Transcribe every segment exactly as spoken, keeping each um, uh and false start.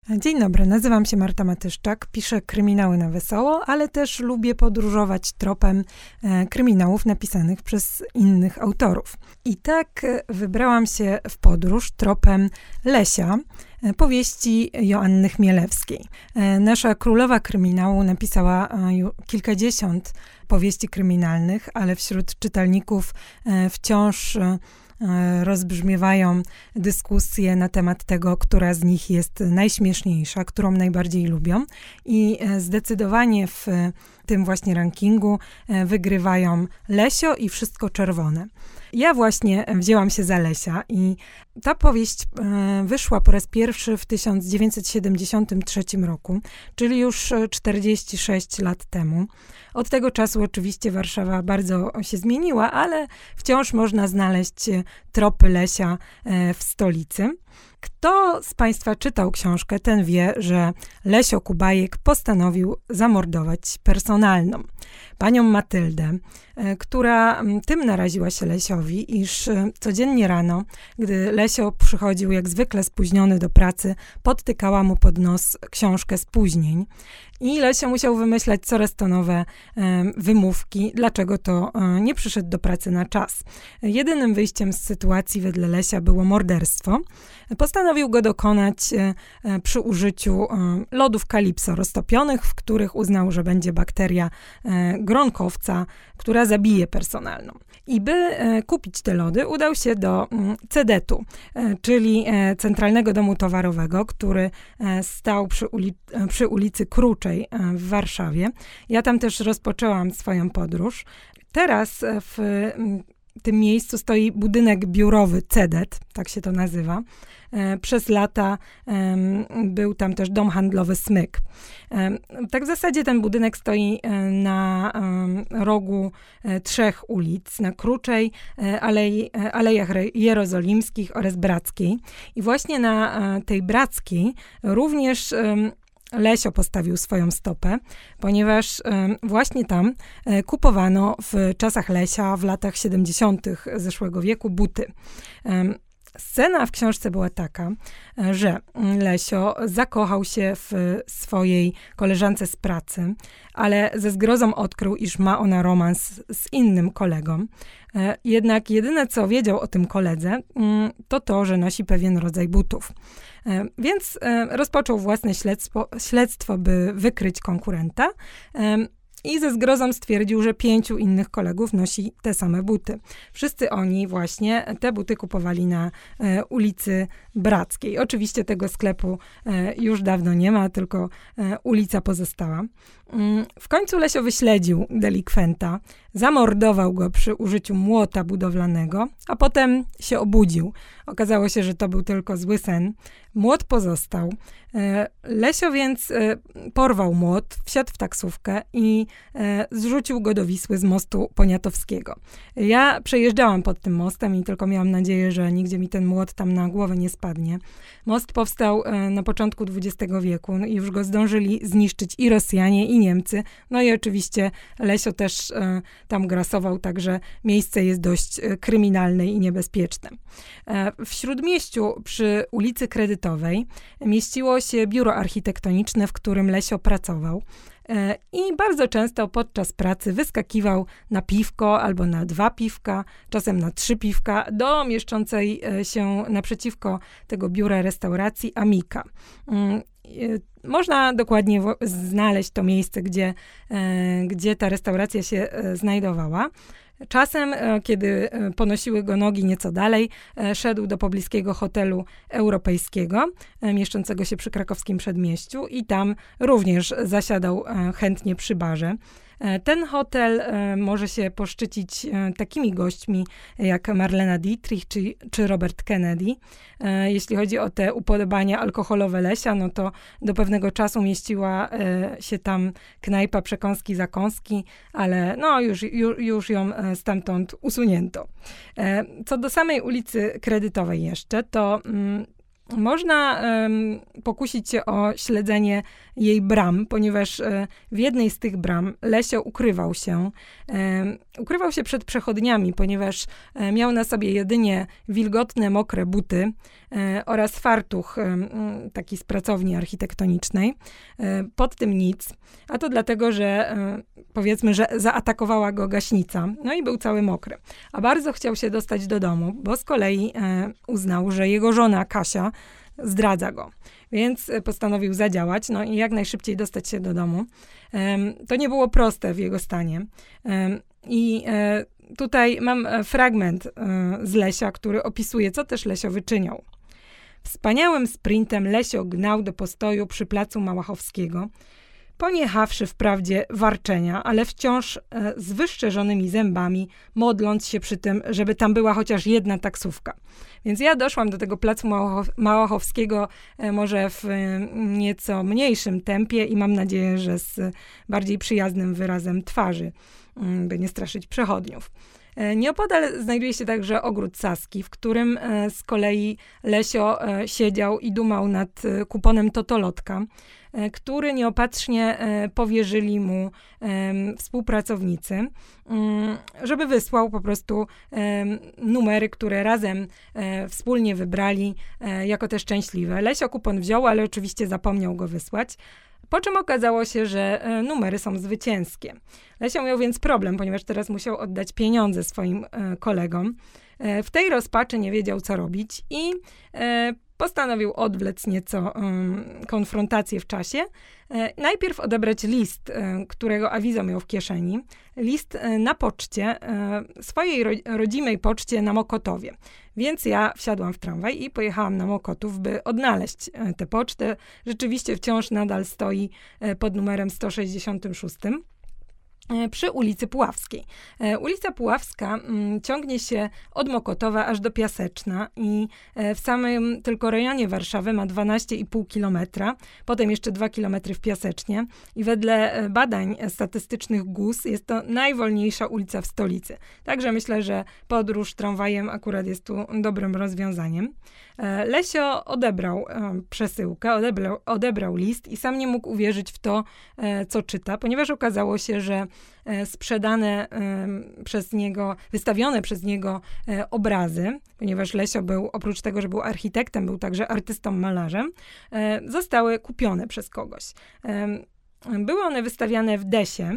Dzień dobry, nazywam się Marta Matyszczak, piszę kryminały na wesoło, ale też lubię podróżować tropem e, kryminałów napisanych przez innych autorów. I tak e, wybrałam się w podróż tropem Lesia, e, powieści Joanny Chmielewskiej. E, nasza królowa kryminału napisała e, kilkadziesiąt powieści kryminalnych, ale wśród czytelników e, wciąż e, rozbrzmiewają dyskusje na temat tego, która z nich jest najśmieszniejsza, którą najbardziej lubią. I zdecydowanie w tym właśnie rankingu wygrywają Lesio i Wszystko czerwone. Ja właśnie wzięłam się za Lesia i ta powieść wyszła po raz pierwszy w tysiąc dziewięćset siedemdziesiątym trzecim roku, czyli już czterdzieści sześć lat temu. Od tego czasu oczywiście Warszawa bardzo się zmieniła, ale wciąż można znaleźć tropy Lesia w stolicy. Kto z Państwa czytał książkę, ten wie, że Lesio Kubajek postanowił zamordować personalną. Panią Matyldę, która tym naraziła się Lesiowi, iż codziennie rano, gdy Lesio przychodził jak zwykle spóźniony do pracy, podtykała mu pod nos książkę spóźnień. I Lesio musiał wymyślać coraz to nowe e, wymówki, dlaczego to e, nie przyszedł do pracy na czas. Jedynym wyjściem z sytuacji wedle Lesia było morderstwo. Postanowił go dokonać e, e, przy użyciu e, lodów Kalipso roztopionych, w których uznał, że będzie bakteria e, gronkowca, która zabije personalną. I by e, kupić te lody, udał się do mm, Cedetu, e, czyli e, Centralnego Domu Towarowego, który e, stał przy, uli- e, przy ulicy Kruczej e, w Warszawie. Ja tam też rozpoczęłam swoją podróż. Teraz e, w m, tym miejscu stoi budynek biurowy Cedet, tak się to nazywa. E, przez lata e, był tam też dom handlowy Smyk. E, tak w zasadzie ten budynek stoi e, na e, rogu e, trzech ulic, na Kruczej, e, alei, e, Alejach Jerozolimskich oraz Brackiej. I właśnie na e, tej Brackiej również e, Lesio postawił swoją stopę, ponieważ e, właśnie tam e, kupowano w czasach Lesia w latach siedemdziesiątych zeszłego wieku buty. E, Scena w książce była taka, że Lesio zakochał się w swojej koleżance z pracy, ale ze zgrozą odkrył, iż ma ona romans z innym kolegą. Jednak jedyne, co wiedział o tym koledze, to to, że nosi pewien rodzaj butów. Więc rozpoczął własne śledztwo, śledztwo by wykryć konkurenta. I ze zgrozą stwierdził, że pięciu innych kolegów nosi te same buty. Wszyscy oni właśnie te buty kupowali na e, ulicy Brackiej. Oczywiście tego sklepu e, już dawno nie ma, tylko e, ulica pozostała. Mm, w końcu Lesio wyśledził delikwenta, zamordował go przy użyciu młota budowlanego, a potem się obudził. Okazało się, że to był tylko zły sen. Młot pozostał. E, Lesio więc e, porwał młot, wsiadł w taksówkę i e, zrzucił go do Wisły z mostu Poniatowskiego. Ja przejeżdżałam pod tym mostem i tylko miałam nadzieję, że nigdzie mi ten młot tam na głowę nie spadnie. Most powstał e, na początku dwudziestego wieku i już go zdążyli zniszczyć i Rosjanie, i Niemcy. No i oczywiście Lesio też e, tam grasował, także miejsce jest dość e, kryminalne i niebezpieczne. E, w Śródmieściu przy ulicy Kredytowej mieściło się biuro architektoniczne, w którym Lesio pracował. I bardzo często podczas pracy wyskakiwał na piwko albo na dwa piwka, czasem na trzy piwka, do mieszczącej się naprzeciwko tego biura restauracji Amika. Można dokładnie znaleźć to miejsce, gdzie, gdzie ta restauracja się znajdowała. Czasem, kiedy ponosiły go nogi nieco dalej, szedł do pobliskiego hotelu europejskiego, mieszczącego się przy krakowskim przedmieściu i tam również zasiadał chętnie przy barze. Ten hotel e, może się poszczycić e, takimi gośćmi jak Marlena Dietrich czy, czy Robert Kennedy. E, jeśli chodzi o te upodobania alkoholowe Lesia, no to do pewnego czasu mieściła e, się tam knajpa Przekąski Zakąski, ale no już, już, już ją stamtąd usunięto. E, co do samej ulicy Kredytowej jeszcze, to mm, można um, pokusić się o śledzenie jej bram, ponieważ e, w jednej z tych bram Lesio ukrywał się. E, ukrywał się przed przechodniami, ponieważ e, miał na sobie jedynie wilgotne, mokre buty e, oraz fartuch e, taki z pracowni architektonicznej. E, pod tym nic, a to dlatego, że e, powiedzmy, że zaatakowała go gaśnica, no i był cały mokry. A bardzo chciał się dostać do domu, bo z kolei e, uznał, że jego żona Kasia zdradza go. Więc postanowił zadziałać, no i jak najszybciej dostać się do domu. Um, to nie było proste w jego stanie. Um, I e, tutaj mam fragment e, z Lesia, który opisuje, co też Lesio wyczyniał. Wspaniałym sprintem Lesio gnał do postoju przy placu Małachowskiego, poniechawszy wprawdzie warczenia, ale wciąż e, z wyszczerzonymi zębami, modląc się przy tym, żeby tam była chociaż jedna taksówka. Więc ja doszłam do tego placu Małachow- Małachowskiego e, może w e, nieco mniejszym tempie i mam nadzieję, że z bardziej przyjaznym wyrazem twarzy, m, by nie straszyć przechodniów. E, Nieopodal znajduje się także ogród Saski, w którym e, z kolei Lesio e, siedział i dumał nad e, kuponem Totolotka, e, który nieopatrznie e, powierzyli mu e, współpracownicy, m, żeby wysłał po prostu e, numery, które razem e, wspólnie wybrali e, jako te szczęśliwe. Lesio kupon wziął, ale oczywiście zapomniał go wysłać. Po czym okazało się, że e, numery są zwycięskie. Lesio miał więc problem, ponieważ teraz musiał oddać pieniądze swoim e, kolegom. E, w tej rozpaczy nie wiedział, co robić i e, postanowił odwlec nieco um, konfrontację w czasie. E, najpierw odebrać list, e, którego awizo miał w kieszeni. List e, na poczcie, e, swojej ro, rodzimej poczcie na Mokotowie. Więc ja wsiadłam w tramwaj i pojechałam na Mokotów, by odnaleźć e, tę pocztę. Rzeczywiście wciąż nadal stoi e, pod numerem sto sześćdziesiątym szóstym. Przy ulicy Puławskiej. E, ulica Puławska m, ciągnie się od Mokotowa aż do Piaseczna i e, w samym tylko rejonie Warszawy ma dwanaście i pół kilometra, potem jeszcze dwa kilometry w Piasecznie i wedle e, badań statystycznych G U S jest to najwolniejsza ulica w stolicy. Także myślę, że podróż tramwajem akurat jest tu dobrym rozwiązaniem. E, Lesio odebrał e, przesyłkę, odebrał, odebrał list i sam nie mógł uwierzyć w to, e, co czyta, ponieważ okazało się, że e, sprzedane e, przez niego, wystawione przez niego e, obrazy, ponieważ Lesio był, oprócz tego, że był architektem, był także artystą, malarzem, e, zostały kupione przez kogoś. E, były one wystawiane w Desie.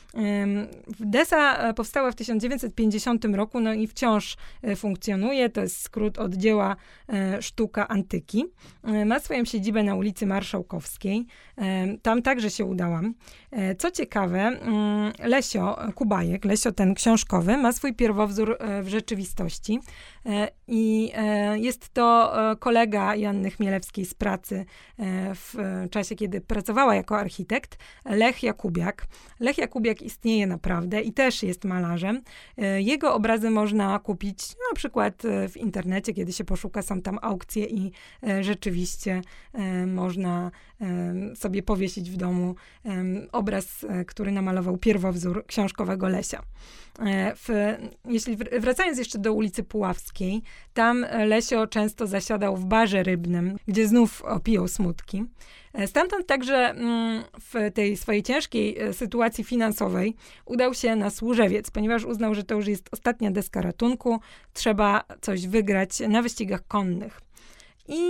Desa powstała w tysiąc dziewięćset pięćdziesiątym roku, no i wciąż funkcjonuje. To jest skrót od dzieła Sztuka Antyki. Ma swoją siedzibę na ulicy Marszałkowskiej. Tam także się udałam. Co ciekawe, Lesio Kubajek, Lesio ten książkowy, ma swój pierwowzór w rzeczywistości i jest to kolega Joanny Chmielewskiej z pracy w czasie, kiedy pracowała jako architekt, Lech Jakubiak. Lech Jakubiak istnieje naprawdę i też jest malarzem. Jego obrazy można kupić na przykład w internecie, kiedy się poszuka, są tam aukcje i rzeczywiście można sobie powiesić w domu obraz, który namalował pierwowzór książkowego Lesia. W, jeśli wracając jeszcze do ulicy Puławskiej, tam Lesio często zasiadał w barze rybnym, gdzie znów opijał smutki. Stamtąd także w tej swojej ciężkiej sytuacji finansowej udał się na Służewiec, ponieważ uznał, że to już jest ostatnia deska ratunku, trzeba coś wygrać na wyścigach konnych. I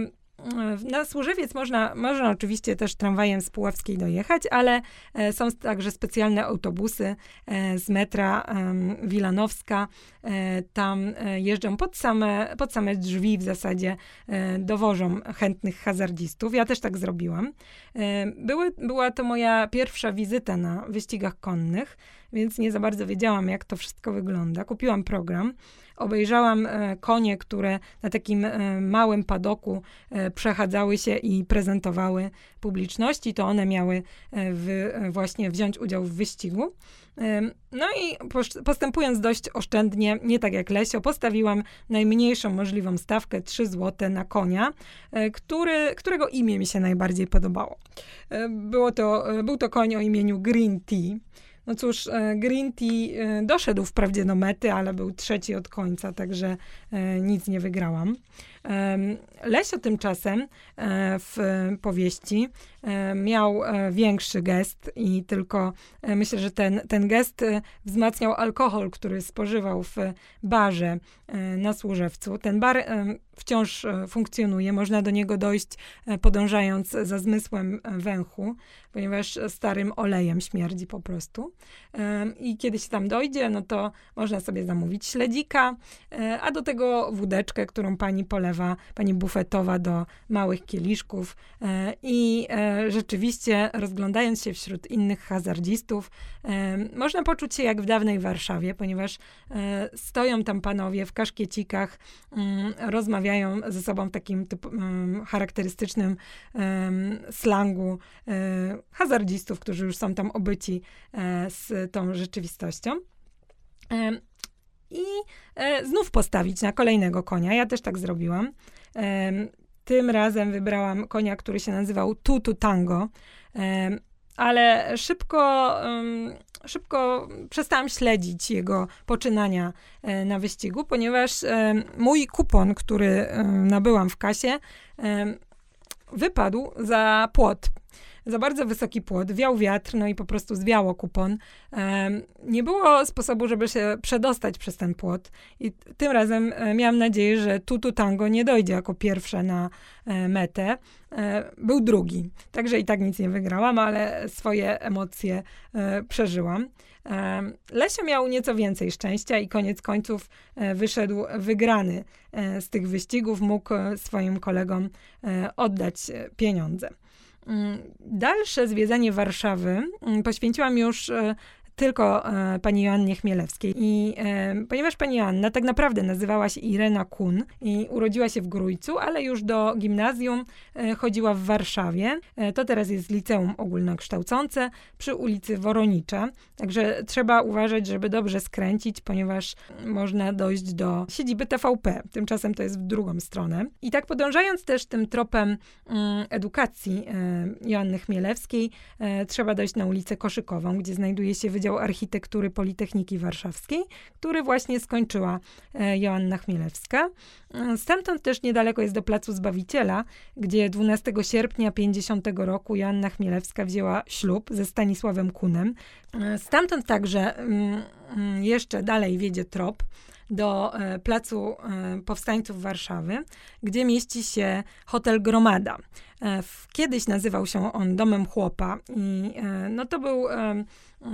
na Służewiec można, można oczywiście też tramwajem z Puławskiej dojechać, ale e, są także specjalne autobusy e, z metra e, Wilanowska. E, tam e, jeżdżą pod same, pod same drzwi w zasadzie, e, dowożą chętnych hazardzistów. Ja też tak zrobiłam. E, były, była to moja pierwsza wizyta na wyścigach konnych, więc nie za bardzo wiedziałam, jak to wszystko wygląda. Kupiłam program. Obejrzałam e, konie, które na takim e, małym padoku e, przechadzały się i prezentowały publiczności. To one miały e, w, e, właśnie wziąć udział w wyścigu. E, no i postępując dość oszczędnie, nie tak jak Lesio, postawiłam najmniejszą możliwą stawkę, trzy złote na konia, e, który, którego imię mi się najbardziej podobało. E, było to, e, był to koń o imieniu Green Tea. No cóż, Green Tea doszedł wprawdzie do mety, ale był trzeci od końca, także nic nie wygrałam. Lesio tymczasem w powieści miał większy gest i tylko myślę, że ten, ten gest wzmacniał alkohol, który spożywał w barze na Służewcu. Ten bar wciąż funkcjonuje, można do niego dojść podążając za zmysłem węchu, ponieważ starym olejem śmierdzi po prostu. I kiedy się tam dojdzie, no to można sobie zamówić śledzika, a do tego wódeczkę, którą pani polewa, pani bufetowa do małych kieliszków. I rzeczywiście, rozglądając się wśród innych hazardzistów, można poczuć się jak w dawnej Warszawie, ponieważ stoją tam panowie w kaszkiecikach, rozmawiają ze sobą w takim typ, charakterystycznym slangu hazardzistów, którzy już są tam obyci z tą rzeczywistością. I znów postawić na kolejnego konia. Ja też tak zrobiłam. Tym razem wybrałam konia, który się nazywał Tutu Tango, ale szybko, szybko przestałam śledzić jego poczynania na wyścigu, ponieważ mój kupon, który nabyłam w kasie, wypadł za płot. Za bardzo wysoki płot, wiał wiatr, no i po prostu zwiało kupon. Um, nie było sposobu, żeby się przedostać przez ten płot. I tym razem e, miałam nadzieję, że Tutu Tango nie dojdzie jako pierwsze na e, metę. E, był drugi. Także i tak nic nie wygrałam, ale swoje emocje e, przeżyłam. E, Lesio miał nieco więcej szczęścia i koniec końców e, wyszedł wygrany e, z tych wyścigów. Mógł swoim kolegom e, oddać e, pieniądze. Dalsze zwiedzanie Warszawy poświęciłam już tylko e, pani Joannie Chmielewskiej. I e, ponieważ pani Joanna tak naprawdę nazywała się Irena Kun i urodziła się w Grójcu, ale już do gimnazjum e, chodziła w Warszawie. E, to teraz jest liceum ogólnokształcące przy ulicy Woronicza. Także trzeba uważać, żeby dobrze skręcić, ponieważ można dojść do siedziby T V P. Tymczasem to jest w drugą stronę. I tak podążając też tym tropem mm, edukacji e, Joanny Chmielewskiej, e, trzeba dojść na ulicę Koszykową, gdzie znajduje się Wydział Architektury Politechniki Warszawskiej, który właśnie skończyła e, Joanna Chmielewska. E, stamtąd też niedaleko jest do Placu Zbawiciela, gdzie dwunastego sierpnia pięćdziesiątego roku Joanna Chmielewska wzięła ślub ze Stanisławem Kunem. E, stamtąd także mm, jeszcze dalej wiedzie trop do e, Placu e, Powstańców Warszawy, gdzie mieści się hotel Gromada. E, w, kiedyś nazywał się on Domem Chłopa i e, no to był e,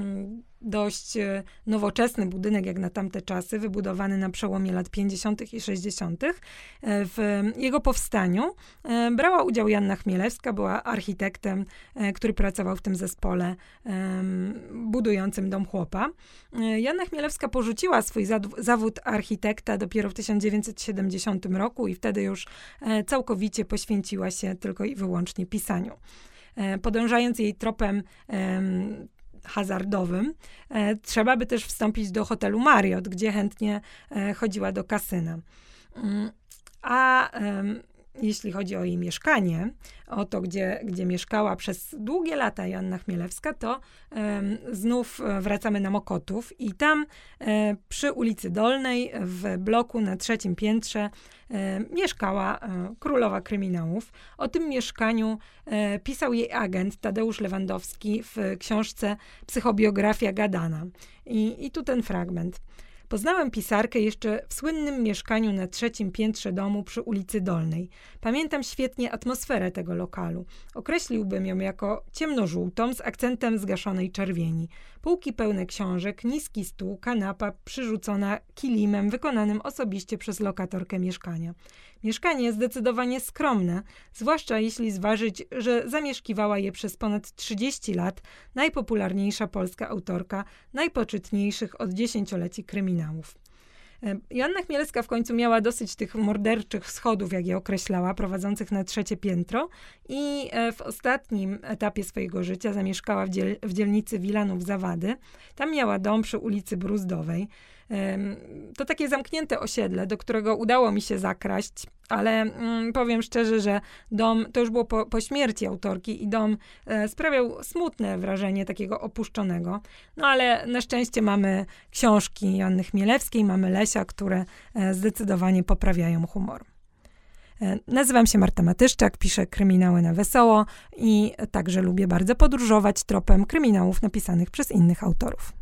dość nowoczesny budynek jak na tamte czasy, wybudowany na przełomie lat pięćdziesiątych i sześćdziesiątych. W jego powstaniu brała udział Joanna Chmielewska, była architektem, który pracował w tym zespole budującym Dom Chłopa. Joanna Chmielewska porzuciła swój zawód architekta dopiero w tysiąc dziewięćset siedemdziesiątym roku i wtedy już całkowicie poświęciła się tylko i wyłącznie pisaniu. Podążając jej tropem hazardowym, e, trzeba by też wstąpić do hotelu Marriott, gdzie chętnie e, chodziła do kasyna. Mm, a e, jeśli chodzi o jej mieszkanie, o to, gdzie, gdzie mieszkała przez długie lata Joanna Chmielewska, to e, znów wracamy na Mokotów i tam e, przy ulicy Dolnej w bloku na trzecim piętrze e, mieszkała e, królowa kryminałów. O tym mieszkaniu e, pisał jej agent Tadeusz Lewandowski w książce Psychobiografia Gadana. I, i tu ten fragment. Poznałem pisarkę jeszcze w słynnym mieszkaniu na trzecim piętrze domu przy ulicy Dolnej. Pamiętam świetnie atmosferę tego lokalu. Określiłbym ją jako ciemnożółtą z akcentem zgaszonej czerwieni. Półki pełne książek, niski stół, kanapa przyrzucona kilimem wykonanym osobiście przez lokatorkę mieszkania. Mieszkanie zdecydowanie skromne, zwłaszcza jeśli zważyć, że zamieszkiwała je przez ponad trzydzieści lat najpopularniejsza polska autorka najpoczytniejszych od dziesięcioleci kryminałów. Joanna Chmielewska w końcu miała dosyć tych morderczych schodów, jak je określała, prowadzących na trzecie piętro i w ostatnim etapie swojego życia zamieszkała w, dziel- w dzielnicy Wilanów-Zawady. Tam miała dom przy ulicy Bruzdowej. To takie zamknięte osiedle, do którego udało mi się zakraść, ale mm, powiem szczerze, że dom, to już było po, po śmierci autorki i dom e, sprawiał smutne wrażenie takiego opuszczonego. No ale na szczęście mamy książki Joanny Chmielewskiej, mamy Lesia, które e, zdecydowanie poprawiają humor. Nazywam się Marta Matyszczak, piszę kryminały na wesoło i także lubię bardzo podróżować tropem kryminałów napisanych przez innych autorów.